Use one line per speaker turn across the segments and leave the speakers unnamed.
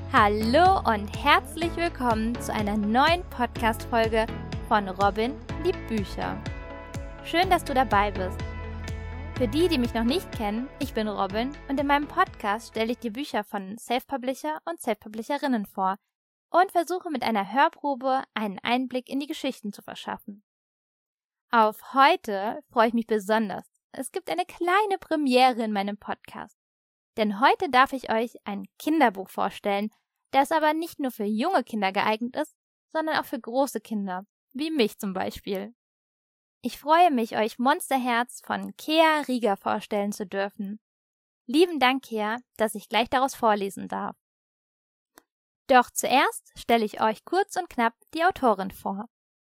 Hallo und herzlich willkommen zu einer neuen Podcast-Folge von Robin liebt Bücher. Schön, dass du dabei bist. Für die, die mich noch nicht kennen, ich bin Robin und in meinem Podcast stelle ich dir Bücher von Self-Publisher und Self-Publisherinnen vor und versuche mit einer Hörprobe einen Einblick in die Geschichten zu verschaffen. Auf heute freue ich mich besonders. Es gibt eine kleine Premiere in meinem Podcast. Denn heute darf ich euch ein Kinderbuch vorstellen, das aber nicht nur für junge Kinder geeignet ist, sondern auch für große Kinder, wie mich zum Beispiel. Ich freue mich, euch Monsterherz von Kea Rieger vorstellen zu dürfen. Lieben Dank, Kea, dass ich gleich daraus vorlesen darf. Doch zuerst stelle ich euch kurz und knapp die Autorin vor.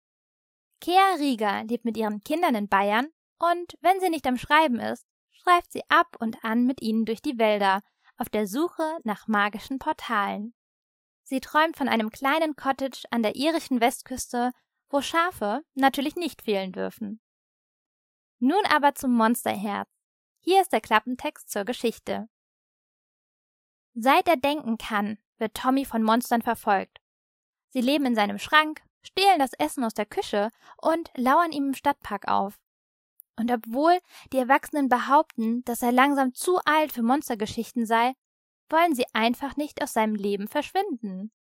Kea Rieger lebt mit ihren Kindern in Bayern und, wenn sie nicht am Schreiben ist, streift sie ab und an mit ihnen durch die Wälder, auf der Suche nach magischen Portalen. Sie träumt von einem kleinen Cottage an der irischen Westküste, wo Schafe natürlich nicht fehlen dürfen. Nun aber zum Monsterherz. Hier ist der Klappentext zur Geschichte. Seit er denken kann, wird Tommy von Monstern verfolgt. Sie leben in seinem Schrank, stehlen das Essen aus der Küche und lauern ihm im Stadtpark auf. Und obwohl die Erwachsenen behaupten, dass er langsam zu alt für Monstergeschichten sei, wollen sie einfach nicht aus seinem Leben verschwinden.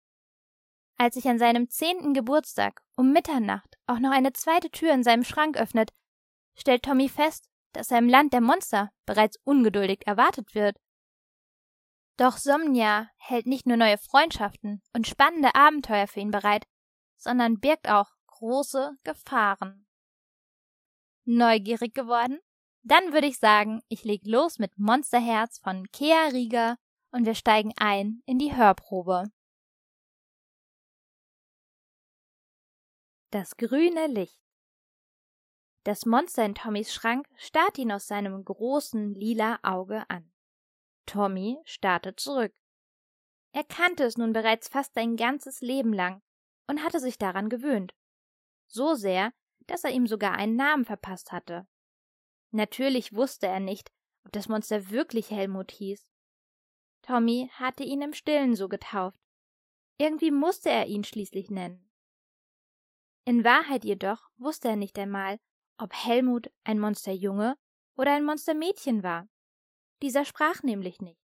Als sich an seinem 10. Geburtstag um Mitternacht auch noch eine zweite Tür in seinem Schrank öffnet, stellt Tommy fest, dass er im Land der Monster bereits ungeduldig erwartet wird. Doch Somnia hält nicht nur neue Freundschaften und spannende Abenteuer für ihn bereit, sondern birgt auch große Gefahren. Neugierig geworden? Dann würde ich sagen, ich leg los mit Monsterherz von Kea Rieger und wir steigen ein in die Hörprobe. Das grüne Licht. Das Monster in Tommys Schrank starrt ihn aus seinem großen lila Auge an. Tommy starrte zurück. Er kannte es nun bereits fast sein ganzes Leben lang und hatte sich daran gewöhnt. So sehr, dass er ihm sogar einen Namen verpasst hatte. Natürlich wusste er nicht, ob das Monster wirklich Helmut hieß. Tommy hatte ihn im Stillen so getauft. Irgendwie musste er ihn schließlich nennen. In Wahrheit jedoch wusste er nicht einmal, ob Helmut ein Monsterjunge oder ein Monstermädchen war. Dieser sprach nämlich nicht.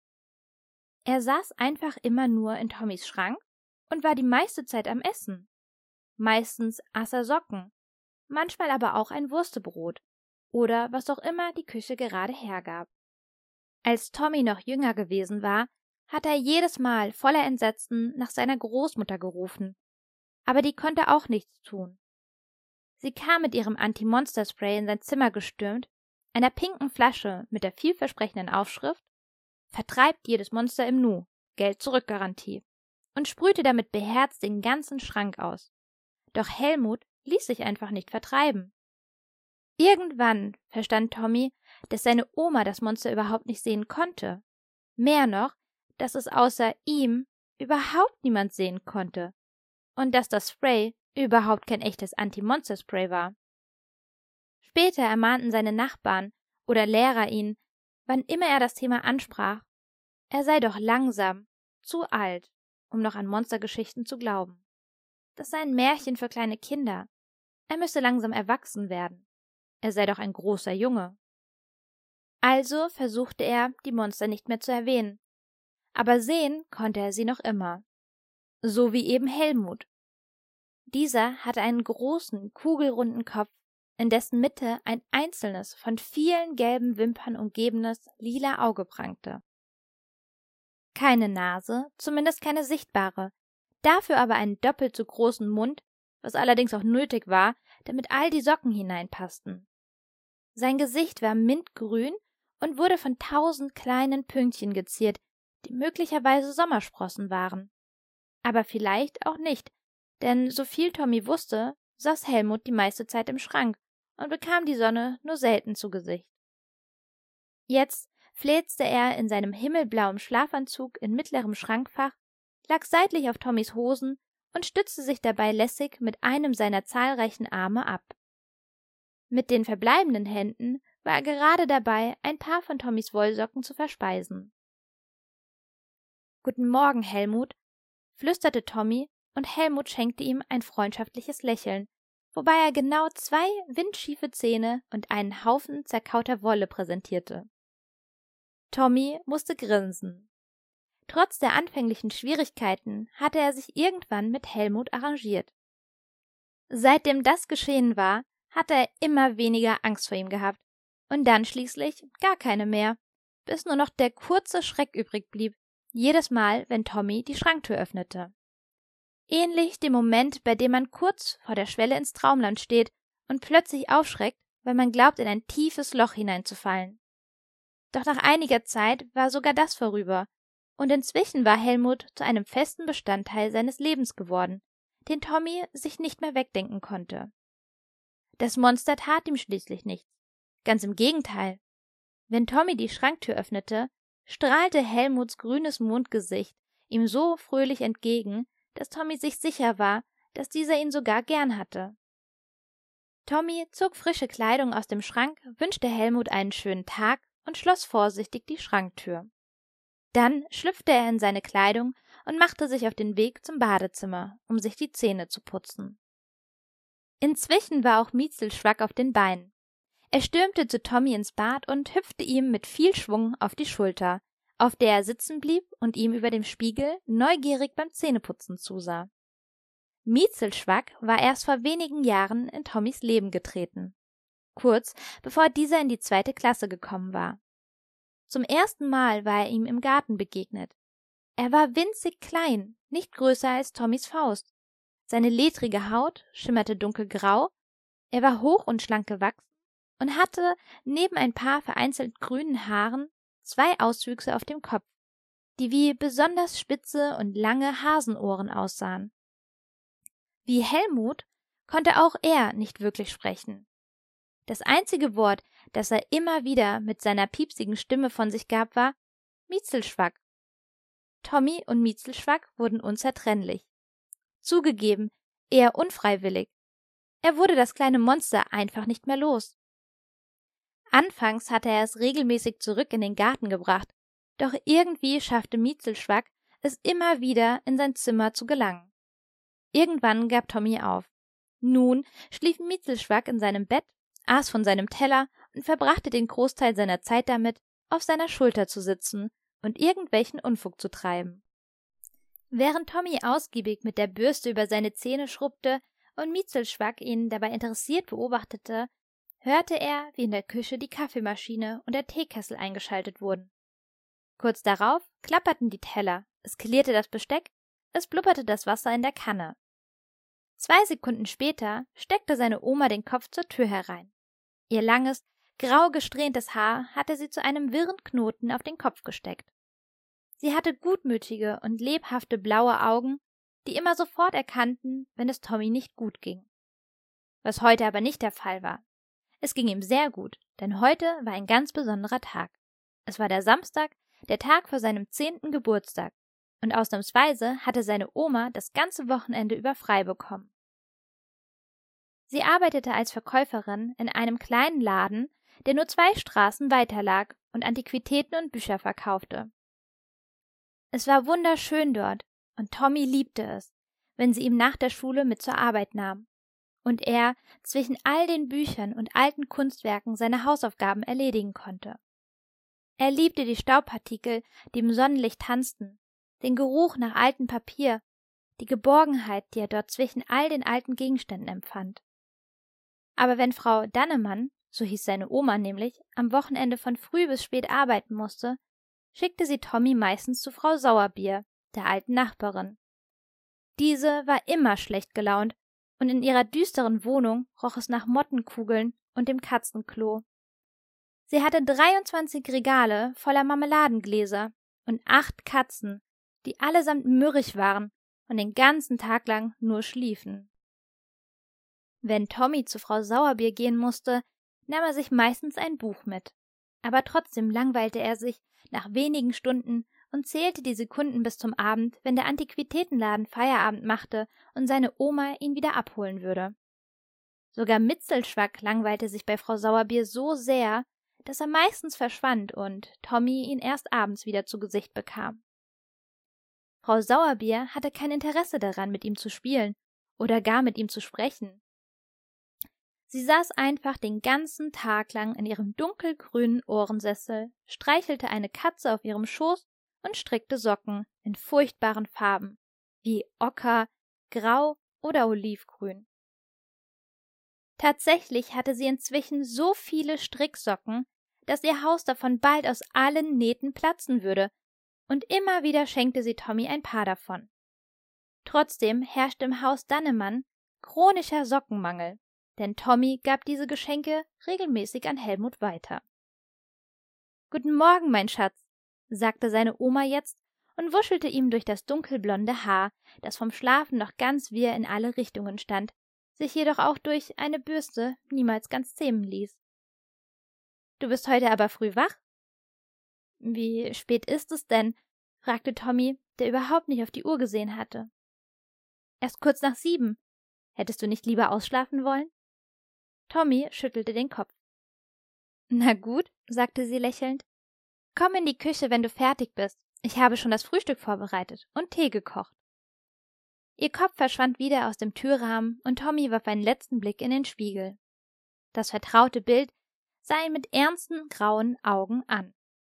Er saß einfach immer nur in Tommys Schrank und war die meiste Zeit am Essen. Meistens aß er Socken, manchmal aber auch ein Wurstebrot oder was auch immer die Küche gerade hergab. Als Tommy noch jünger gewesen war, hatte er jedes Mal voller Entsetzen nach seiner Großmutter gerufen, aber die konnte auch nichts tun. Sie kam mit ihrem Anti-Monster-Spray in sein Zimmer gestürmt, einer pinken Flasche mit der vielversprechenden Aufschrift »Vertreibt jedes Monster im Nu, Geld-Zurück-Garantie« und sprühte damit beherzt den ganzen Schrank aus. Doch Helmut ließ sich einfach nicht vertreiben. Irgendwann verstand Tommy, dass seine Oma das Monster überhaupt nicht sehen konnte. Mehr noch, dass es außer ihm überhaupt niemand sehen konnte. Und dass das Spray überhaupt kein echtes Anti-Monster-Spray war. Später ermahnten seine Nachbarn oder Lehrer ihn, wann immer er das Thema ansprach, er sei doch langsam zu alt, um noch an Monstergeschichten zu glauben. Das sei ein Märchen für kleine Kinder. Er müsse langsam erwachsen werden. Er sei doch ein großer Junge. Also versuchte er, die Monster nicht mehr zu erwähnen. Aber sehen konnte er sie noch immer. So wie eben Helmut. Dieser hatte einen großen, kugelrunden Kopf, in dessen Mitte ein einzelnes, von vielen gelben Wimpern umgebenes, lila Auge prangte. Keine Nase, zumindest keine sichtbare, dafür aber einen doppelt so großen Mund, was allerdings auch nötig war, damit all die Socken hineinpassten. Sein Gesicht war mintgrün und wurde von 1000 kleinen Pünktchen geziert, die möglicherweise Sommersprossen waren. Aber vielleicht auch nicht, denn soviel Tommy wusste, saß Helmut die meiste Zeit im Schrank und bekam die Sonne nur selten zu Gesicht. Jetzt fläzte er in seinem himmelblauen Schlafanzug in mittlerem Schrankfach, lag seitlich auf Tommys Hosen und stützte sich dabei lässig mit einem seiner zahlreichen Arme ab. Mit den verbleibenden Händen war er gerade dabei, ein paar von Tommys Wollsocken zu verspeisen. »Guten Morgen, Helmut«, flüsterte Tommy, und Helmut schenkte ihm ein freundschaftliches Lächeln, wobei er genau 2 windschiefe Zähne und einen Haufen zerkauter Wolle präsentierte. Tommy musste grinsen. Trotz der anfänglichen Schwierigkeiten hatte er sich irgendwann mit Helmut arrangiert. Seitdem das geschehen war, hatte er immer weniger Angst vor ihm gehabt und dann schließlich gar keine mehr, bis nur noch der kurze Schreck übrig blieb, jedes Mal, wenn Tommy die Schranktür öffnete. Ähnlich dem Moment, bei dem man kurz vor der Schwelle ins Traumland steht und plötzlich aufschreckt, weil man glaubt, in ein tiefes Loch hineinzufallen. Doch nach einiger Zeit war sogar das vorüber, und inzwischen war Helmut zu einem festen Bestandteil seines Lebens geworden, den Tommy sich nicht mehr wegdenken konnte. Das Monster tat ihm schließlich nichts. Ganz im Gegenteil. Wenn Tommy die Schranktür öffnete, strahlte Helmuts grünes Mondgesicht ihm so fröhlich entgegen, dass Tommy sich sicher war, dass dieser ihn sogar gern hatte. Tommy zog frische Kleidung aus dem Schrank, wünschte Helmut einen schönen Tag und schloss vorsichtig die Schranktür. Dann schlüpfte er in seine Kleidung und machte sich auf den Weg zum Badezimmer, um sich die Zähne zu putzen. Inzwischen war auch Mietzelschwack auf den Beinen. Er stürmte zu Tommy ins Bad und hüpfte ihm mit viel Schwung auf die Schulter, auf der er sitzen blieb und ihm über dem Spiegel neugierig beim Zähneputzen zusah. Mietzelschwack war erst vor wenigen Jahren in Tommys Leben getreten, kurz bevor dieser in die 2. Klasse gekommen war. Zum ersten Mal war er ihm im Garten begegnet. Er war winzig klein, nicht größer als Tommys Faust. Seine ledrige Haut schimmerte dunkelgrau, er war hoch und schlank gewachsen und hatte neben ein paar vereinzelt grünen Haaren 2 Auswüchse auf dem Kopf, die wie besonders spitze und lange Hasenohren aussahen. Wie Helmut konnte auch er nicht wirklich sprechen. Das einzige Wort, das er immer wieder mit seiner piepsigen Stimme von sich gab, war Mietzelschwack. Tommy und Mietzelschwack wurden unzertrennlich. Zugegeben, eher unfreiwillig. Er wurde das kleine Monster einfach nicht mehr los. Anfangs hatte er es regelmäßig zurück in den Garten gebracht, doch irgendwie schaffte Mietzelschwack es immer wieder, in sein Zimmer zu gelangen. Irgendwann gab Tommy auf. Nun schlief Mietzelschwack in seinem Bett, aß von seinem Teller und verbrachte den Großteil seiner Zeit damit, auf seiner Schulter zu sitzen und irgendwelchen Unfug zu treiben. Während Tommy ausgiebig mit der Bürste über seine Zähne schrubbte und Mietzelschwack ihn dabei interessiert beobachtete, hörte er, wie in der Küche die Kaffeemaschine und der Teekessel eingeschaltet wurden. Kurz darauf klapperten die Teller, es klirrte das Besteck, es blubberte das Wasser in der Kanne. 2 Sekunden später steckte seine Oma den Kopf zur Tür herein. Ihr langes, grau gesträhntes Haar hatte sie zu einem wirren Knoten auf den Kopf gesteckt. Sie hatte gutmütige und lebhafte blaue Augen, die immer sofort erkannten, wenn es Tommy nicht gut ging. Was heute aber nicht der Fall war. Es ging ihm sehr gut, denn heute war ein ganz besonderer Tag. Es war der Samstag, der Tag vor seinem 10. Geburtstag, und ausnahmsweise hatte seine Oma das ganze Wochenende über frei bekommen. Sie arbeitete als Verkäuferin in einem kleinen Laden, der nur 2 Straßen weiter lag und Antiquitäten und Bücher verkaufte. Es war wunderschön dort, und Tommy liebte es, wenn sie ihn nach der Schule mit zur Arbeit nahm und er zwischen all den Büchern und alten Kunstwerken seine Hausaufgaben erledigen konnte. Er liebte die Staubpartikel, die im Sonnenlicht tanzten, den Geruch nach altem Papier, die Geborgenheit, die er dort zwischen all den alten Gegenständen empfand. Aber wenn Frau Dannemann, so hieß seine Oma nämlich, am Wochenende von früh bis spät arbeiten musste, schickte sie Tommy meistens zu Frau Sauerbier, der alten Nachbarin. Diese war immer schlecht gelaunt, und in ihrer düsteren Wohnung roch es nach Mottenkugeln und dem Katzenklo. Sie hatte 23 Regale voller Marmeladengläser und 8 Katzen, die allesamt mürrisch waren und den ganzen Tag lang nur schliefen. Wenn Tommy zu Frau Sauerbier gehen musste, nahm er sich meistens ein Buch mit. Aber trotzdem langweilte er sich nach wenigen Stunden und zählte die Sekunden bis zum Abend, wenn der Antiquitätenladen Feierabend machte und seine Oma ihn wieder abholen würde. Sogar Mietzelschwack langweilte sich bei Frau Sauerbier so sehr, dass er meistens verschwand und Tommy ihn erst abends wieder zu Gesicht bekam. Frau Sauerbier hatte kein Interesse daran, mit ihm zu spielen oder gar mit ihm zu sprechen. Sie saß einfach den ganzen Tag lang in ihrem dunkelgrünen Ohrensessel, streichelte eine Katze auf ihrem Schoß und strickte Socken in furchtbaren Farben, wie Ocker, Grau oder Olivgrün. Tatsächlich hatte sie inzwischen so viele Stricksocken, dass ihr Haus davon bald aus allen Nähten platzen würde, und immer wieder schenkte sie Tommy ein paar davon. Trotzdem herrschte im Haus Dannemann chronischer Sockenmangel, denn Tommy gab diese Geschenke regelmäßig an Helmut weiter. »Guten Morgen, mein Schatz«, sagte seine Oma jetzt und wuschelte ihm durch das dunkelblonde Haar, das vom Schlafen noch ganz wirr in alle Richtungen stand, sich jedoch auch durch eine Bürste niemals ganz zähmen ließ. »Du bist heute aber früh wach?« »Wie spät ist es denn?« fragte Tommy, der überhaupt nicht auf die Uhr gesehen hatte. »Erst kurz nach 7. Hättest du nicht lieber ausschlafen wollen?« Tommy schüttelte den Kopf. »Na gut«, sagte sie lächelnd. »Komm in die Küche, wenn du fertig bist. Ich habe schon das Frühstück vorbereitet und Tee gekocht.« Ihr Kopf verschwand wieder aus dem Türrahmen und Tommy warf einen letzten Blick in den Spiegel. Das vertraute Bild sah ihn mit ernsten, grauen Augen an.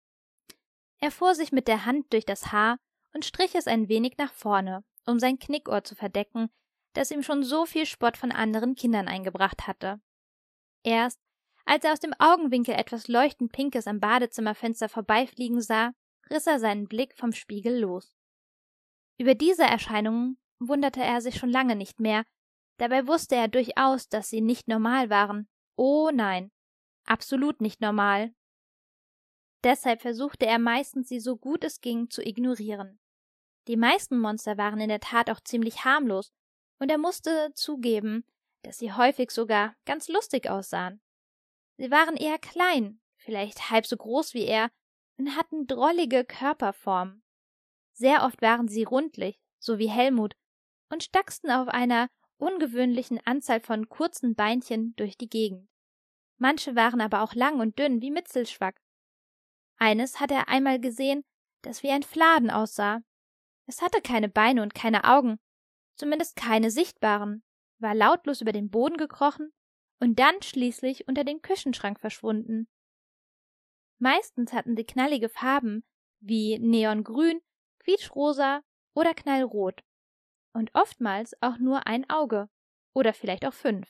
Er fuhr sich mit der Hand durch das Haar und strich es ein wenig nach vorne, um sein Knickohr zu verdecken, das ihm schon so viel Spott von anderen Kindern eingebracht hatte. Erst als er aus dem Augenwinkel etwas leuchtend Pinkes am Badezimmerfenster vorbeifliegen sah, riss er seinen Blick vom Spiegel los. Über diese Erscheinungen wunderte er sich schon lange nicht mehr, dabei wusste er durchaus, dass sie nicht normal waren. Oh nein, absolut nicht normal. Deshalb versuchte er meistens, sie so gut es ging zu ignorieren. Die meisten Monster waren in der Tat auch ziemlich harmlos, und er musste zugeben, dass sie häufig sogar ganz lustig aussahen. Sie waren eher klein, vielleicht halb so groß wie er, und hatten drollige Körperformen. Sehr oft waren sie rundlich, so wie Helmut, und stachsten auf einer ungewöhnlichen Anzahl von kurzen Beinchen durch die Gegend. Manche waren aber auch lang und dünn wie Mitzelschwack. Eines hatte er einmal gesehen, das wie ein Fladen aussah. Es hatte keine Beine und keine Augen, zumindest keine sichtbaren, war lautlos über den Boden gekrochen und dann schließlich unter den Küchenschrank verschwunden. Meistens hatten sie knallige Farben wie Neongrün, quietschrosa oder knallrot und oftmals auch nur ein Auge oder vielleicht auch 5.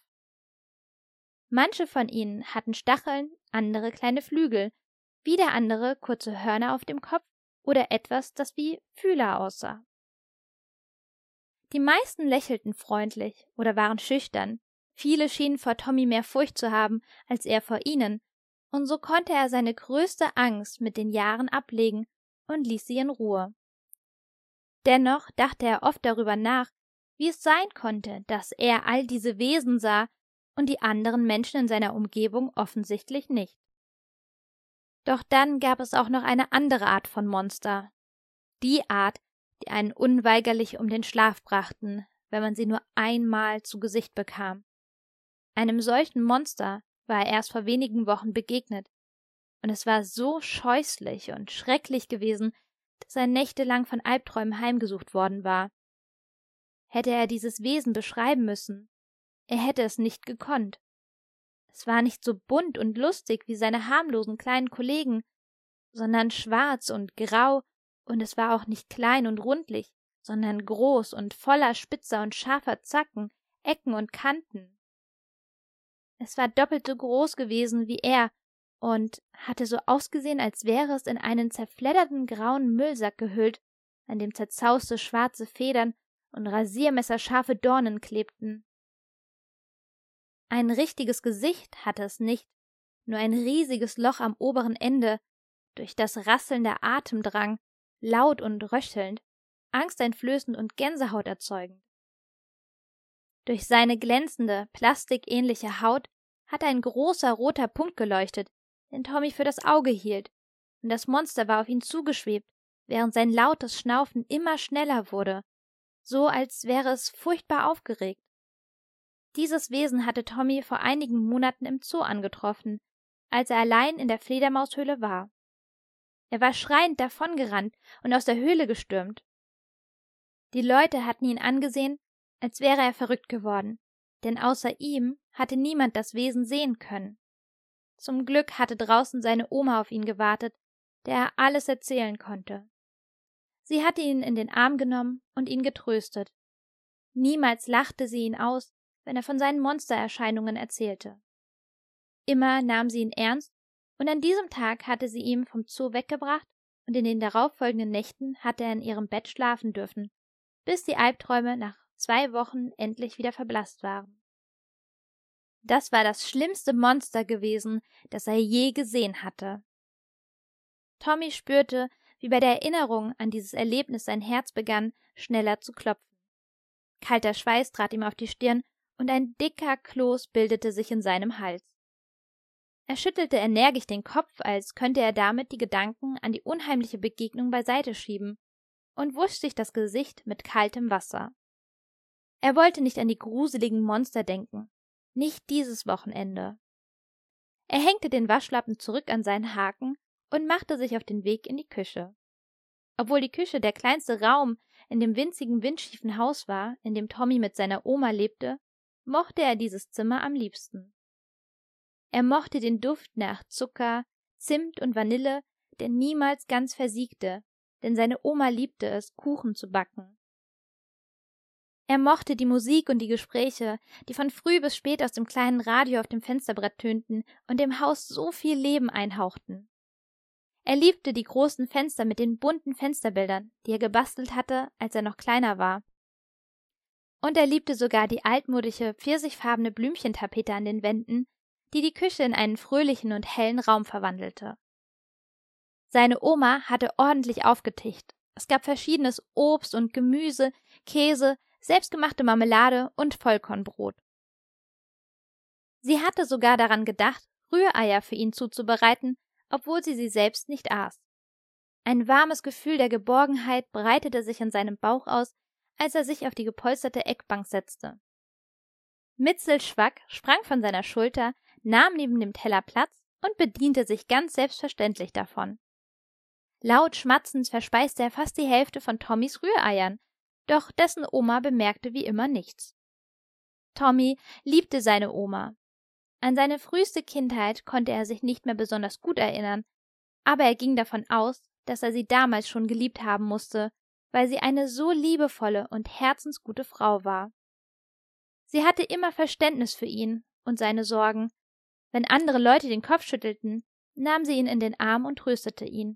Manche von ihnen hatten Stacheln, andere kleine Flügel, wieder andere kurze Hörner auf dem Kopf oder etwas, das wie Fühler aussah. Die meisten lächelten freundlich oder waren schüchtern, viele schienen vor Tommy mehr Furcht zu haben als er vor ihnen, und so konnte er seine größte Angst mit den Jahren ablegen und ließ sie in Ruhe. Dennoch dachte er oft darüber nach, wie es sein konnte, dass er all diese Wesen sah und die anderen Menschen in seiner Umgebung offensichtlich nicht. Doch dann gab es auch noch eine andere Art von Monster. Die Art, die einen unweigerlich um den Schlaf brachten, wenn man sie nur einmal zu Gesicht bekam. Einem solchen Monster war er erst vor wenigen Wochen begegnet, und es war so scheußlich und schrecklich gewesen, dass er nächtelang von Albträumen heimgesucht worden war. Hätte er dieses Wesen beschreiben müssen, er hätte es nicht gekonnt. Es war nicht so bunt und lustig wie seine harmlosen kleinen Kollegen, sondern schwarz und grau, und es war auch nicht klein und rundlich, sondern groß und voller spitzer und scharfer Zacken, Ecken und Kanten. Es war doppelt so groß gewesen wie er und hatte so ausgesehen, als wäre es in einen zerfledderten grauen Müllsack gehüllt, an dem zerzauste schwarze Federn und rasiermesserscharfe Dornen klebten. Ein richtiges Gesicht hatte es nicht, nur ein riesiges Loch am oberen Ende, durch das rasselnder Atem drang, laut und röchelnd, angsteinflößend und Gänsehaut erzeugend. Durch seine glänzende, plastikähnliche Haut hatte ein großer roter Punkt geleuchtet, den Tommy für das Auge hielt, und das Monster war auf ihn zugeschwebt, während sein lautes Schnaufen immer schneller wurde, so als wäre es furchtbar aufgeregt. Dieses Wesen hatte Tommy vor einigen Monaten im Zoo angetroffen, als er allein in der Fledermaushöhle war. Er war schreiend davongerannt und aus der Höhle gestürmt. Die Leute hatten ihn angesehen, als wäre er verrückt geworden, denn außer ihm hatte niemand das Wesen sehen können. Zum Glück hatte draußen seine Oma auf ihn gewartet, der er alles erzählen konnte. Sie hatte ihn in den Arm genommen und ihn getröstet. Niemals lachte sie ihn aus, wenn er von seinen Monstererscheinungen erzählte. Immer nahm sie ihn ernst, und an diesem Tag hatte sie ihn vom Zoo weggebracht, und in den darauffolgenden Nächten hatte er in ihrem Bett schlafen dürfen, bis die Albträume nach 2 Wochen endlich wieder verblasst waren. Das war das schlimmste Monster gewesen, das er je gesehen hatte. Tommy spürte, wie bei der Erinnerung an dieses Erlebnis sein Herz begann, schneller zu klopfen. Kalter Schweiß trat ihm auf die Stirn, und ein dicker Kloß bildete sich in seinem Hals. Er schüttelte energisch den Kopf, als könnte er damit die Gedanken an die unheimliche Begegnung beiseite schieben, und wusch sich das Gesicht mit kaltem Wasser. Er wollte nicht an die gruseligen Monster denken, nicht dieses Wochenende. Er hängte den Waschlappen zurück an seinen Haken und machte sich auf den Weg in die Küche. Obwohl die Küche der kleinste Raum in dem winzigen windschiefen Haus war, in dem Tommy mit seiner Oma lebte, mochte er dieses Zimmer am liebsten. Er mochte den Duft nach Zucker, Zimt und Vanille, der niemals ganz versiegte, denn seine Oma liebte es, Kuchen zu backen. Er mochte die Musik und die Gespräche, die von früh bis spät aus dem kleinen Radio auf dem Fensterbrett tönten und dem Haus so viel Leben einhauchten. Er liebte die großen Fenster mit den bunten Fensterbildern, die er gebastelt hatte, als er noch kleiner war. Und er liebte sogar die altmodische, pfirsichfarbene Blümchentapete an den Wänden, die die Küche in einen fröhlichen und hellen Raum verwandelte. Seine Oma hatte ordentlich aufgetischt. Es gab verschiedenes Obst und Gemüse, Käse, selbstgemachte Marmelade und Vollkornbrot. Sie hatte sogar daran gedacht, Rühreier für ihn zuzubereiten, obwohl sie selbst nicht aß. Ein warmes Gefühl der Geborgenheit breitete sich in seinem Bauch aus, als er sich auf die gepolsterte Eckbank setzte. Mitzelschwack sprang von seiner Schulter, nahm neben dem Teller Platz und bediente sich ganz selbstverständlich davon. Laut schmatzend verspeiste er fast die Hälfte von Tommys Rühreiern, doch dessen Oma bemerkte wie immer nichts. Tommy liebte seine Oma. An seine früheste Kindheit konnte er sich nicht mehr besonders gut erinnern, aber er ging davon aus, dass er sie damals schon geliebt haben musste, weil sie eine so liebevolle und herzensgute Frau war. Sie hatte immer Verständnis für ihn und seine Sorgen. Wenn andere Leute den Kopf schüttelten, nahm sie ihn in den Arm und tröstete ihn.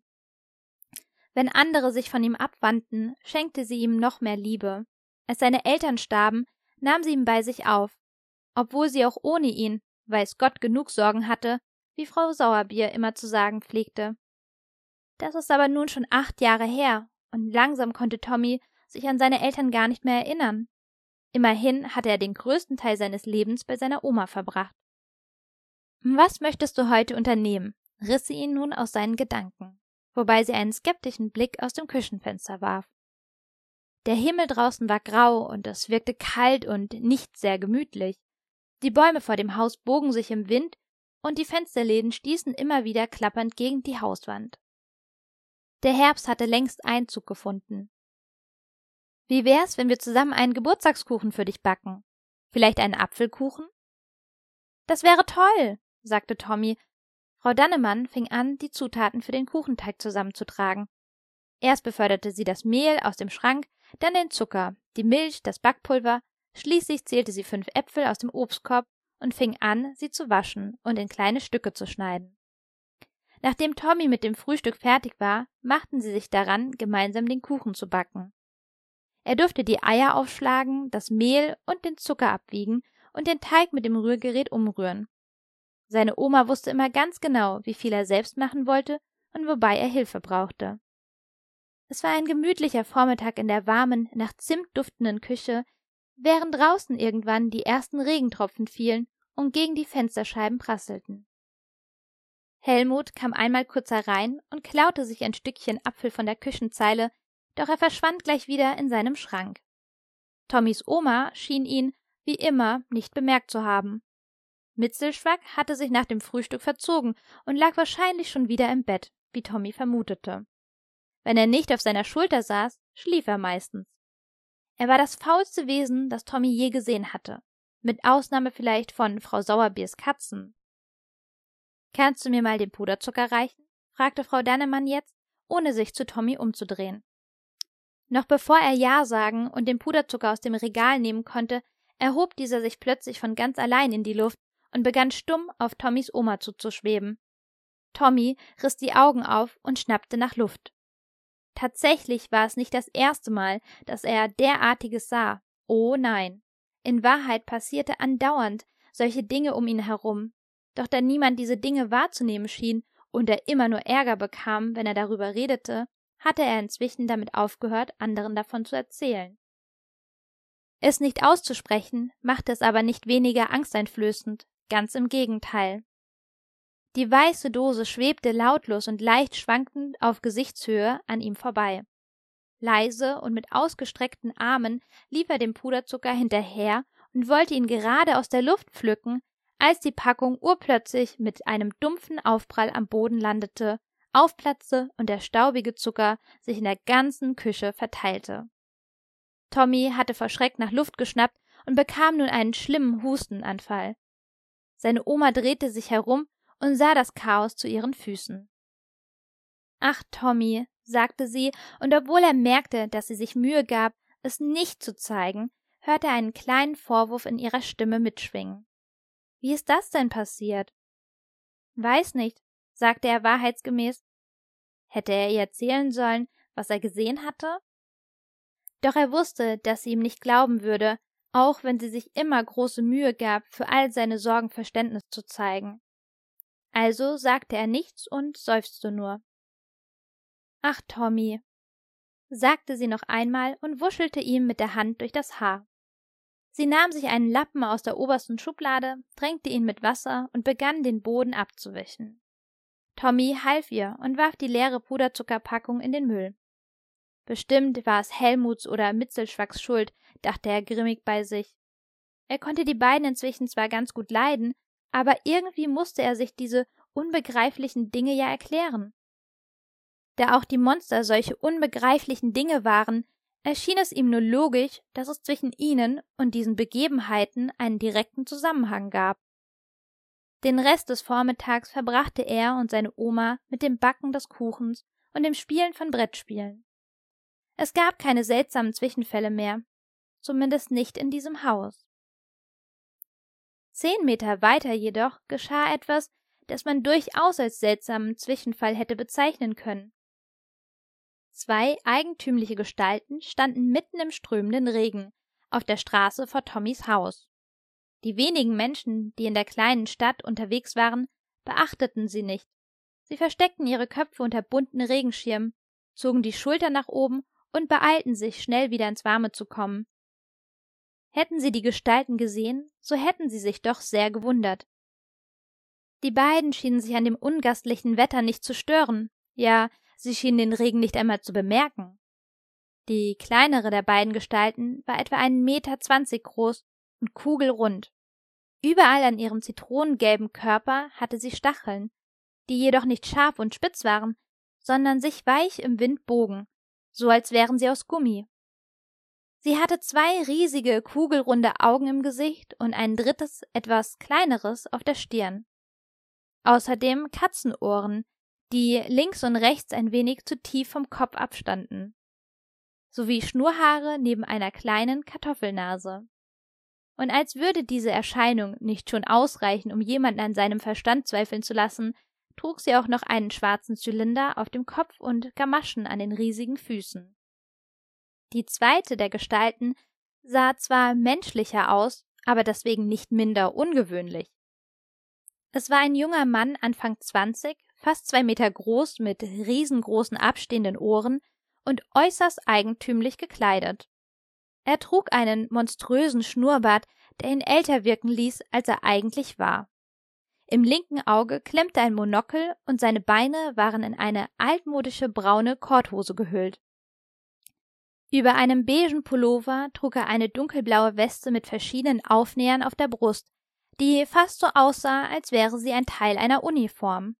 Wenn andere sich von ihm abwandten, schenkte sie ihm noch mehr Liebe. Als seine Eltern starben, nahm sie ihn bei sich auf, obwohl sie auch ohne ihn, weiß Gott, genug Sorgen hatte, wie Frau Sauerbier immer zu sagen pflegte. Das ist aber nun schon 8 Jahre her, und langsam konnte Tommy sich an seine Eltern gar nicht mehr erinnern. Immerhin hatte er den größten Teil seines Lebens bei seiner Oma verbracht. »Was möchtest du heute unternehmen?« riss sie ihn nun aus seinen Gedanken, wobei sie einen skeptischen Blick aus dem Küchenfenster warf. Der Himmel draußen war grau und es wirkte kalt und nicht sehr gemütlich. Die Bäume vor dem Haus bogen sich im Wind und die Fensterläden stießen immer wieder klappernd gegen die Hauswand. Der Herbst hatte längst Einzug gefunden. »Wie wär's, wenn wir zusammen einen Geburtstagskuchen für dich backen? Vielleicht einen Apfelkuchen?« »Das wäre toll«, sagte Tommy. Frau Dannemann fing an, die Zutaten für den Kuchenteig zusammenzutragen. Erst beförderte sie das Mehl aus dem Schrank, dann den Zucker, die Milch, das Backpulver, schließlich zählte sie 5 Äpfel aus dem Obstkorb und fing an, sie zu waschen und in kleine Stücke zu schneiden. Nachdem Tommy mit dem Frühstück fertig war, machten sie sich daran, gemeinsam den Kuchen zu backen. Er durfte die Eier aufschlagen, das Mehl und den Zucker abwiegen und den Teig mit dem Rührgerät umrühren. Seine Oma wusste immer ganz genau, wie viel er selbst machen wollte und wobei er Hilfe brauchte. Es war ein gemütlicher Vormittag in der warmen, nach Zimt duftenden Küche, während draußen irgendwann die ersten Regentropfen fielen und gegen die Fensterscheiben prasselten. Helmut kam einmal kurz herein und klaute sich ein Stückchen Apfel von der Küchenzeile, doch er verschwand gleich wieder in seinem Schrank. Tommys Oma schien ihn, wie immer, nicht bemerkt zu haben. Mitzelschwack hatte sich nach dem Frühstück verzogen und lag wahrscheinlich schon wieder im Bett, wie Tommy vermutete. Wenn er nicht auf seiner Schulter saß, schlief er meistens. Er war das faulste Wesen, das Tommy je gesehen hatte, mit Ausnahme vielleicht von Frau Sauerbiers Katzen. »Kannst du mir mal den Puderzucker reichen?« fragte Frau Dannemann jetzt, ohne sich zu Tommy umzudrehen. Noch bevor er Ja sagen und den Puderzucker aus dem Regal nehmen konnte, erhob dieser sich plötzlich von ganz allein in die Luft und begann stumm auf Tommys Oma zuzuschweben. Tommy riss die Augen auf und schnappte nach Luft. Tatsächlich war es nicht das erste Mal, dass er derartiges sah. Oh nein. In Wahrheit passierte andauernd solche Dinge um ihn herum. Doch da niemand diese Dinge wahrzunehmen schien und er immer nur Ärger bekam, wenn er darüber redete, hatte er inzwischen damit aufgehört, anderen davon zu erzählen. Es nicht auszusprechen, machte es aber nicht weniger angsteinflößend, ganz im Gegenteil. Die weiße Dose schwebte lautlos und leicht schwankend auf Gesichtshöhe an ihm vorbei. Leise und mit ausgestreckten Armen lief er dem Puderzucker hinterher und wollte ihn gerade aus der Luft pflücken, als die Packung urplötzlich mit einem dumpfen Aufprall am Boden landete, aufplatzte und der staubige Zucker sich in der ganzen Küche verteilte. Tommy hatte vor Schreck nach Luft geschnappt und bekam nun einen schlimmen Hustenanfall. Seine Oma drehte sich herum und sah das Chaos zu ihren Füßen. »Ach, Tommy«, sagte sie, und obwohl er merkte, dass sie sich Mühe gab, es nicht zu zeigen, hörte er einen kleinen Vorwurf in ihrer Stimme mitschwingen. »Wie ist das denn passiert?« »Weiß nicht«, sagte er wahrheitsgemäß. Hätte er ihr erzählen sollen, was er gesehen hatte? Doch er wusste, dass sie ihm nicht glauben würde, auch wenn sie sich immer große Mühe gab, für all seine Sorgen Verständnis zu zeigen. Also sagte er nichts und seufzte nur. »Ach, Tommy«, sagte sie noch einmal und wuschelte ihm mit der Hand durch das Haar. Sie nahm sich einen Lappen aus der obersten Schublade, tränkte ihn mit Wasser und begann, den Boden abzuwischen. Tommy half ihr und warf die leere Puderzuckerpackung in den Müll. Bestimmt war es Helmuts oder Mitzelschwacks Schuld, dachte er grimmig bei sich. Er konnte die beiden inzwischen zwar ganz gut leiden, aber irgendwie musste er sich diese unbegreiflichen Dinge ja erklären. Da auch die Monster solche unbegreiflichen Dinge waren, erschien es ihm nur logisch, dass es zwischen ihnen und diesen Begebenheiten einen direkten Zusammenhang gab. Den Rest des Vormittags verbrachte er und seine Oma mit dem Backen des Kuchens und dem Spielen von Brettspielen. Es gab keine seltsamen Zwischenfälle mehr, zumindest nicht in diesem Haus. 10 Meter weiter jedoch geschah etwas, das man durchaus als seltsamen Zwischenfall hätte bezeichnen können. 2 eigentümliche Gestalten standen mitten im strömenden Regen auf der Straße vor Tommys Haus. Die wenigen Menschen, die in der kleinen Stadt unterwegs waren, beachteten sie nicht. Sie versteckten ihre Köpfe unter bunten Regenschirmen, zogen die Schultern nach oben und beeilten sich, schnell wieder ins Warme zu kommen. Hätten sie die Gestalten gesehen, so hätten sie sich doch sehr gewundert. Die beiden schienen sich an dem ungastlichen Wetter nicht zu stören, ja, sie schienen den Regen nicht einmal zu bemerken. Die kleinere der beiden Gestalten war etwa 1,20 Meter groß und kugelrund. Überall an ihrem zitronengelben Körper hatte sie Stacheln, die jedoch nicht scharf und spitz waren, sondern sich weich im Wind bogen, so als wären sie aus Gummi. Sie hatte 2 riesige, kugelrunde Augen im Gesicht und ein drittes, etwas kleineres auf der Stirn. Außerdem Katzenohren, die links und rechts ein wenig zu tief vom Kopf abstanden, sowie Schnurrhaare neben einer kleinen Kartoffelnase. Und als würde diese Erscheinung nicht schon ausreichen, um jemanden an seinem Verstand zweifeln zu lassen, trug sie auch noch einen schwarzen Zylinder auf dem Kopf und Gamaschen an den riesigen Füßen. Die zweite der Gestalten sah zwar menschlicher aus, aber deswegen nicht minder ungewöhnlich. Es war ein junger Mann Anfang 20, fast 2 Meter groß, mit riesengroßen abstehenden Ohren und äußerst eigentümlich gekleidet. Er trug einen monströsen Schnurrbart, der ihn älter wirken ließ, als er eigentlich war. Im linken Auge klemmte ein Monokel und seine Beine waren in eine altmodische braune Korthose gehüllt. Über einem beigen Pullover trug er eine dunkelblaue Weste mit verschiedenen Aufnähern auf der Brust, die fast so aussah, als wäre sie ein Teil einer Uniform.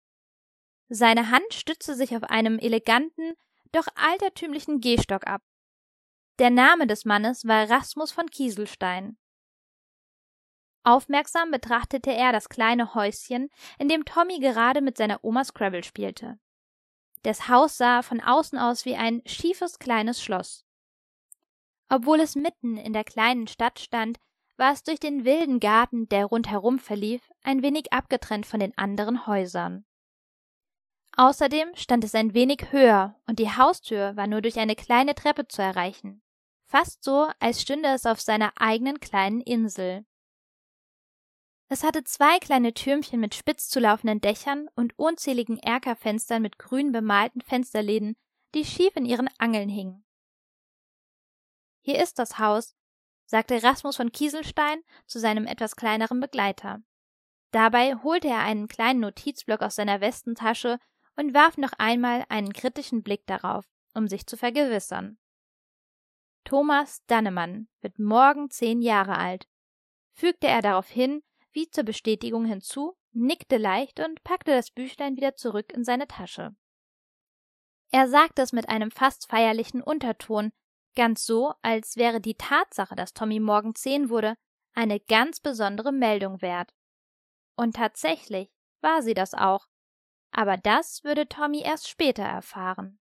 Seine Hand stützte sich auf einem eleganten, doch altertümlichen Gehstock ab. Der Name des Mannes war Rasmus von Kieselstein. Aufmerksam betrachtete er das kleine Häuschen, in dem Tommy gerade mit seiner Oma Scrabble spielte. Das Haus sah von außen aus wie ein schiefes kleines Schloss. Obwohl es mitten in der kleinen Stadt stand, war es durch den wilden Garten, der rundherum verlief, ein wenig abgetrennt von den anderen Häusern. Außerdem stand es ein wenig höher und die Haustür war nur durch eine kleine Treppe zu erreichen, fast so, als stünde es auf seiner eigenen kleinen Insel. Es hatte 2 kleine Türmchen mit spitz zulaufenden Dächern und unzähligen Erkerfenstern mit grün bemalten Fensterläden, die schief in ihren Angeln hingen. »Hier ist das Haus«, sagte Rasmus von Kieselstein zu seinem etwas kleineren Begleiter. Dabei holte er einen kleinen Notizblock aus seiner Westentasche und warf noch einmal einen kritischen Blick darauf, um sich zu vergewissern. »Thomas Dannemann wird morgen 10 Jahre alt«, fügte er daraufhin wie zur Bestätigung hinzu, nickte leicht und packte das Büchlein wieder zurück in seine Tasche. Er sagte es mit einem fast feierlichen Unterton, ganz so, als wäre die Tatsache, dass Tommy morgen 10 wurde, eine ganz besondere Meldung wert. Und tatsächlich war sie das auch, aber das würde Tommy erst später erfahren.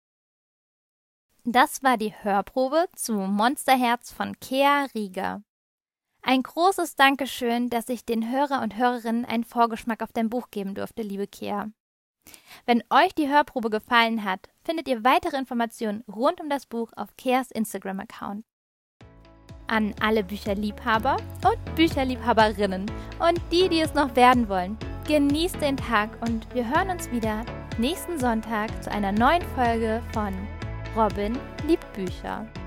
Das war die Hörprobe zu Monsterherz von Kea Rieger. Ein großes Dankeschön, dass ich den Hörer und Hörerinnen einen Vorgeschmack auf dein Buch geben durfte, liebe Kea. Wenn euch die Hörprobe gefallen hat, findet ihr weitere Informationen rund um das Buch auf Keas Instagram-Account. An alle Bücherliebhaber und Bücherliebhaberinnen und die es noch werden wollen, genießt den Tag und wir hören uns wieder nächsten Sonntag zu einer neuen Folge von Robin liebt Bücher.